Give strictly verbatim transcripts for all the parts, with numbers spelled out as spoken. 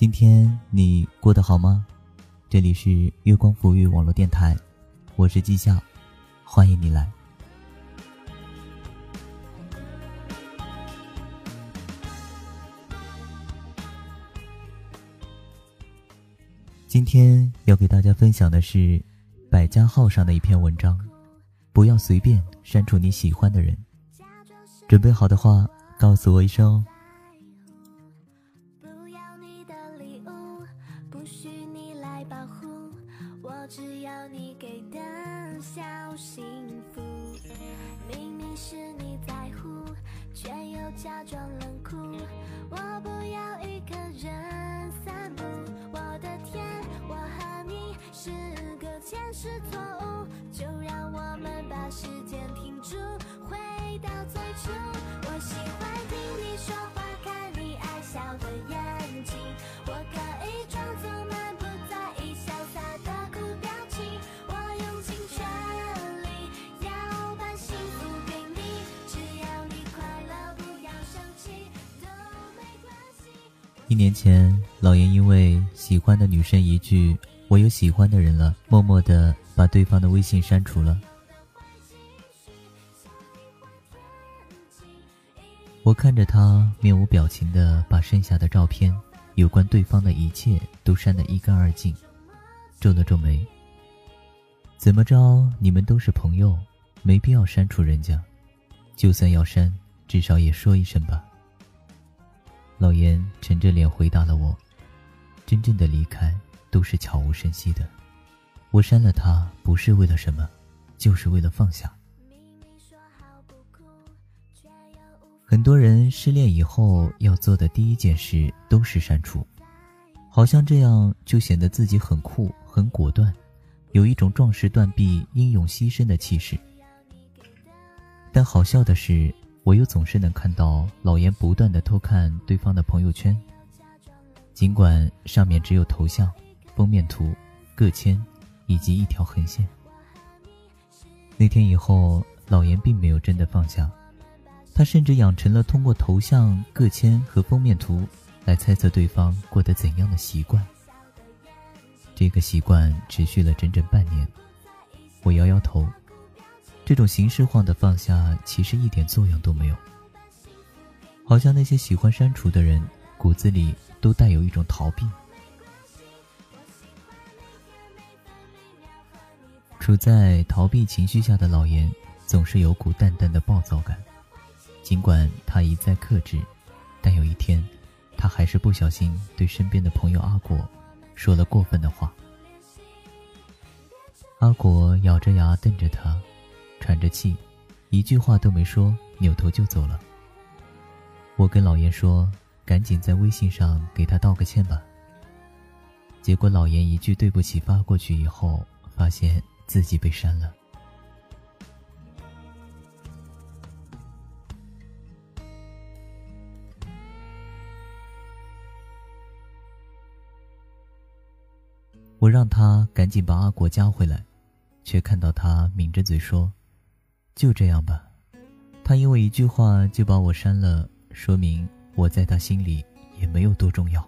今天你过得好吗？这里是月光抚育网络电台，我是季夏，欢迎你来。今天要给大家分享的是百家号上的一篇文章，不要随便删除你喜欢的人。准备好的话，告诉我一声哦。 不要你的礼物，不许你来保护我，只要你给的小幸福。明明是你在乎，却又假装冷酷。我不要一个人散步，我的天，我和你是个前世错误，就让我们把时间停住，回到最初。我喜欢听你说话，看你爱笑的眼睛，我可以装作满不在意，潇洒的苦表情，我用尽全力要把幸福给你，只要你快乐，不要生气，都没关系。 一年前，老严因为喜欢的女生一句我有喜欢的人了，默默地把对方的微信删除了。我看着他面无表情地把剩下的照片，有关对方的一切都删得一干二净，皱了皱眉。怎么着，你们都是朋友，没必要删除人家，就算要删，至少也说一声吧。老严沉着脸回答了我，真正的离开都是悄无声息的，我删了他不是为了什么，就是为了放下。很多人失恋以后要做的第一件事都是删除，好像这样就显得自己很酷很果断，有一种壮士断臂英勇牺牲的气势。但好笑的是，我又总是能看到老严不断地偷看对方的朋友圈，尽管上面只有头像、封面图、个签以及一条横线。那天以后，老严并没有真的放下，他甚至养成了通过头像、个签和封面图来猜测对方过得怎样的习惯。这个习惯持续了整整半年。我摇摇头，这种形式化的放下其实一点作用都没有。好像那些喜欢删除的人骨子里都带有一种逃避。处在逃避情绪下的老严总是有股淡淡的暴躁感，尽管他一再克制，但有一天他还是不小心对身边的朋友阿果说了过分的话。阿果咬着牙瞪着他，喘着气，一句话都没说，扭头就走了。我跟老严说，赶紧在微信上给他道个歉吧。结果老严一句对不起发过去以后，发现自己被删了。我让他赶紧把阿果加回来，却看到他抿着嘴说，就这样吧。他因为一句话就把我删了，说明我在他心里也没有多重要。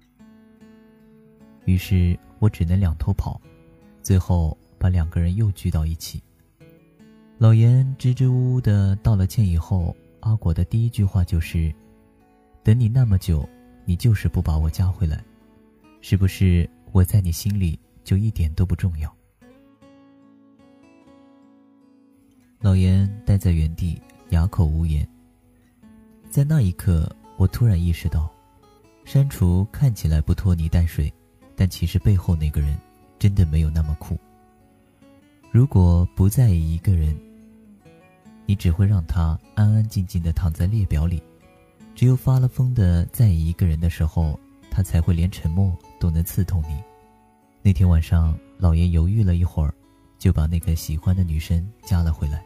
于是我只能两头跑，最后把两个人又聚到一起。老严支支吾吾地道了歉以后，阿果的第一句话就是，等你那么久，你就是不把我加回来，是不是我在你心里就一点都不重要？老严呆在原地，哑口无言。在那一刻，我突然意识到，删除看起来不拖泥带水，但其实背后那个人真的没有那么酷。如果不在意一个人，你只会让他安安静静地躺在列表里，只有发了疯的在意一个人的时候，他才会连沉默都能刺痛你。那天晚上，老严犹豫了一会儿，就把那个喜欢的女生加了回来。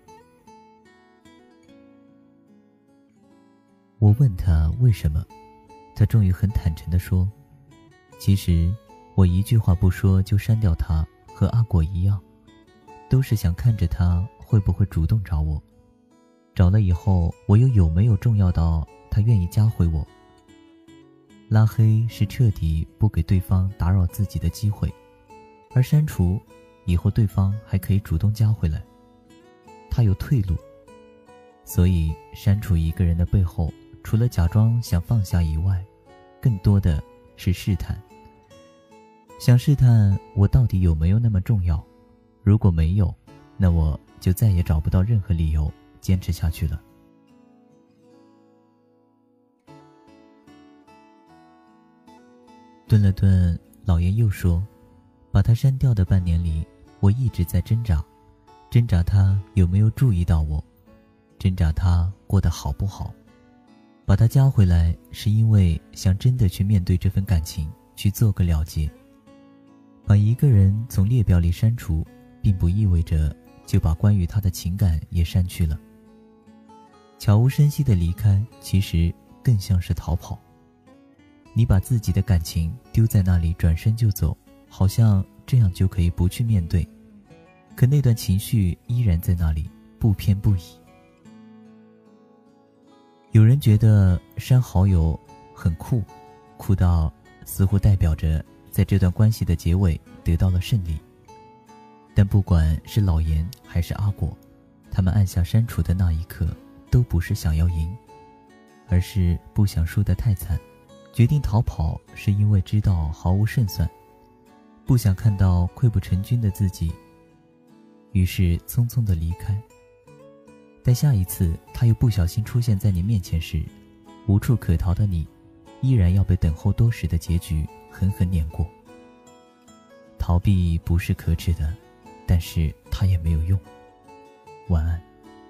我问他为什么，他终于很坦诚地说，其实我一句话不说就删掉他，和阿果一样，都是想看着他会不会主动找我，找了以后我又有没有重要到他愿意加回我。 拉黑是彻底不给对方打扰自己的机会，而删除以后对方还可以主动加回来，他有退路。所以删除一个人的背后，除了假装想放下以外，更多的是试探。想试探我到底有没有那么重要，如果没有，那我就再也找不到任何理由坚持下去了。顿了顿，老爷又说，把他删掉的半年里，我一直在挣扎，挣扎他有没有注意到我，挣扎他过得好不好。把他加回来，是因为想真的去面对这份感情，去做个了结。把一个人从列表里删除，并不意味着就把关于他的情感也删去了。悄无声息的离开，其实更像是逃跑。你把自己的感情丢在那里，转身就走，好像这样就可以不去面对，可那段情绪依然在那里，不偏不倚。有人觉得删好友很酷，酷到似乎代表着在这段关系的结尾得到了胜利。但不管是老严还是阿果，他们按下删除的那一刻，都不是想要赢，而是不想输得太惨。决定逃跑是因为知道毫无胜算，不想看到溃不成军的自己，于是匆匆地离开。但下一次他又不小心出现在你面前时，无处可逃的你，依然要被等候多时的结局狠狠碾过。逃避不是可耻的，但是它也没有用。晚安。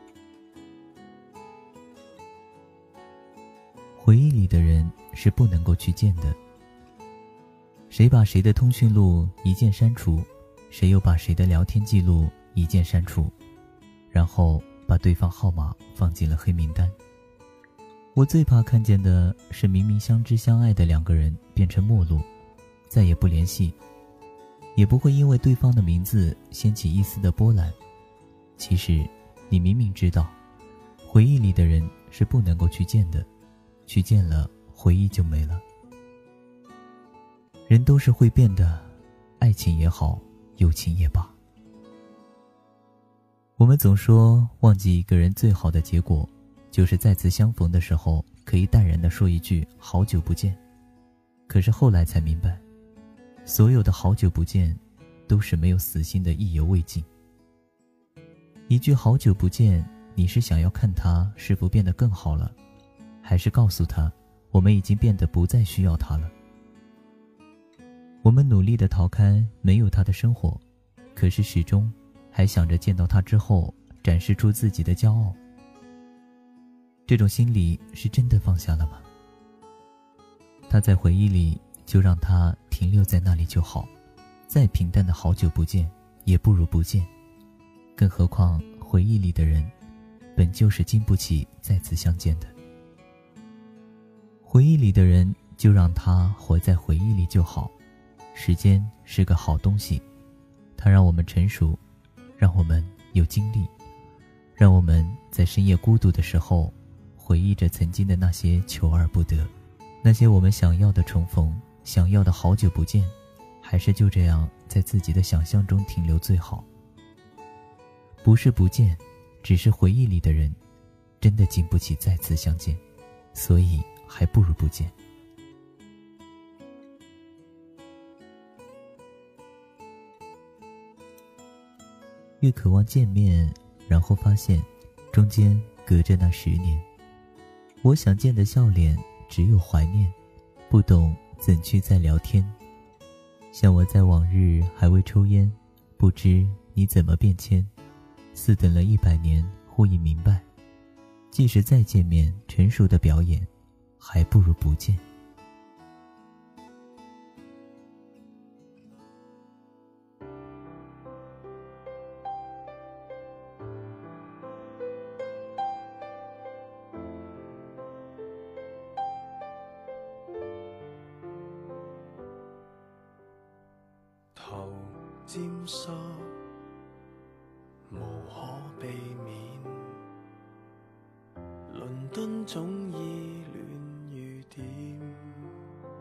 回忆里的人是不能够去见的。谁把谁的通讯录一键删除，谁又把谁的聊天记录一键删除，然后把对方号码放进了黑名单。我最怕看见的是明明相知相爱的两个人变成陌路，再也不联系，也不会因为对方的名字掀起一丝的波澜。其实你明明知道，回忆里的人是不能够去见的，去见了，回忆就没了。人都是会变的，爱情也好，友情也罢。我们总说忘记一个人最好的结果，就是再次相逢的时候可以淡然地说一句好久不见。可是后来才明白，所有的好久不见都是没有死心的意犹未尽。一句好久不见，你是想要看他是否变得更好了，还是告诉他我们已经变得不再需要他了？我们努力地逃开没有他的生活，可是始终还想着见到他之后展示出自己的骄傲。这种心理是真的放下了吗？他在回忆里，就让他停留在那里就好，再平淡的好久不见也不如不见。更何况回忆里的人本就是经不起再次相见的。回忆里的人就让他活在回忆里就好。时间是个好东西，它让我们成熟，让我们有精力，让我们在深夜孤独的时候回忆着曾经的那些求而不得，那些我们想要的重逢，想要的好久不见，还是就这样在自己的想象中停留最好。不是不见，只是回忆里的人真的经不起再次相见，所以还不如不见。越渴望见面，然后发现中间隔着那十年。我想见的笑脸只有怀念，不懂怎去再聊天。像我在往日还未抽烟，不知你怎么变迁。似等了一百年，忽已明白，即使再见面，成熟的表演，还不如不见。 头沾湿，无可避免。伦敦总依恋雨点，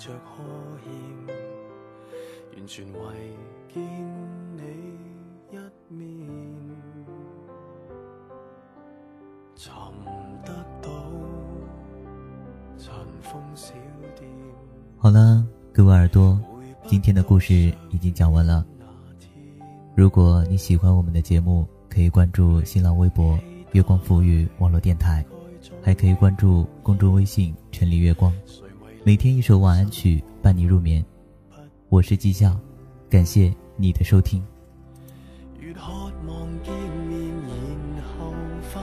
着呵欠，完全为见你一面，寻得到尘封小店。 好了，各位耳朵，今天的故事已经讲完了。如果你喜欢我们的节目，可以关注新浪微博月光赋予网络电台，还可以关注公众微信城里月光，每天一首晚安曲伴你入眠。我是季夏，感谢你的收听。 越渴望见面，然后发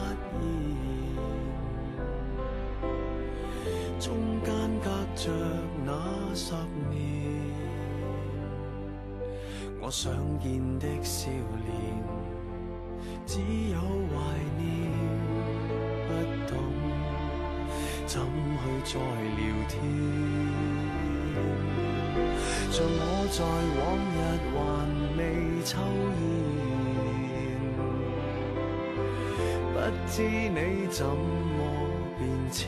现中间隔着那十年，我想见的少年，只有怀念，不懂怎去再聊天。像我在往日還未抽煙，不知你怎麼變遷，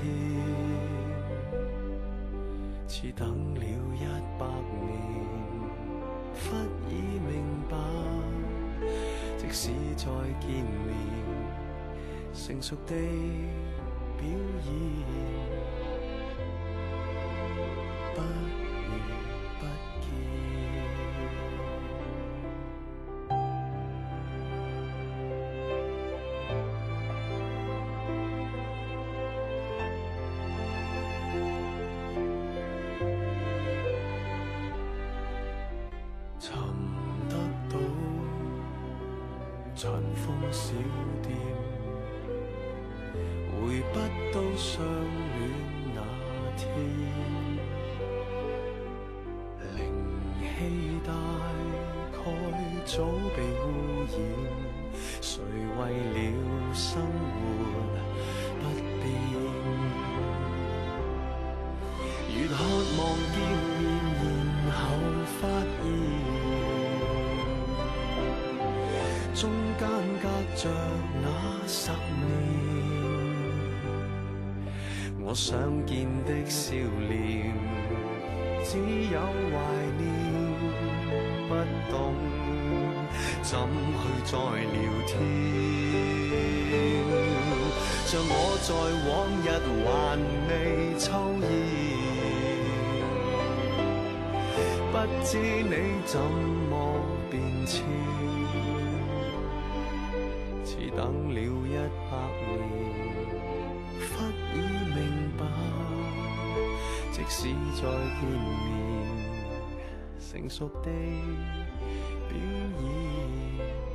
似等了一百年，忽已明白，即使再見面，成熟地表演，不如不見。尋得到塵封小店，回不到相戀那天，靈氣大概早被污染，誰為了生活不變，越渴望見面，然後發現中間隔着那十年，我想見的少年，只有懷念，不懂怎去再聊天。像我在往日還未抽煙，不知你怎麼變遷，似等了一百年，忽已明白，即使再見面，成熟地表演。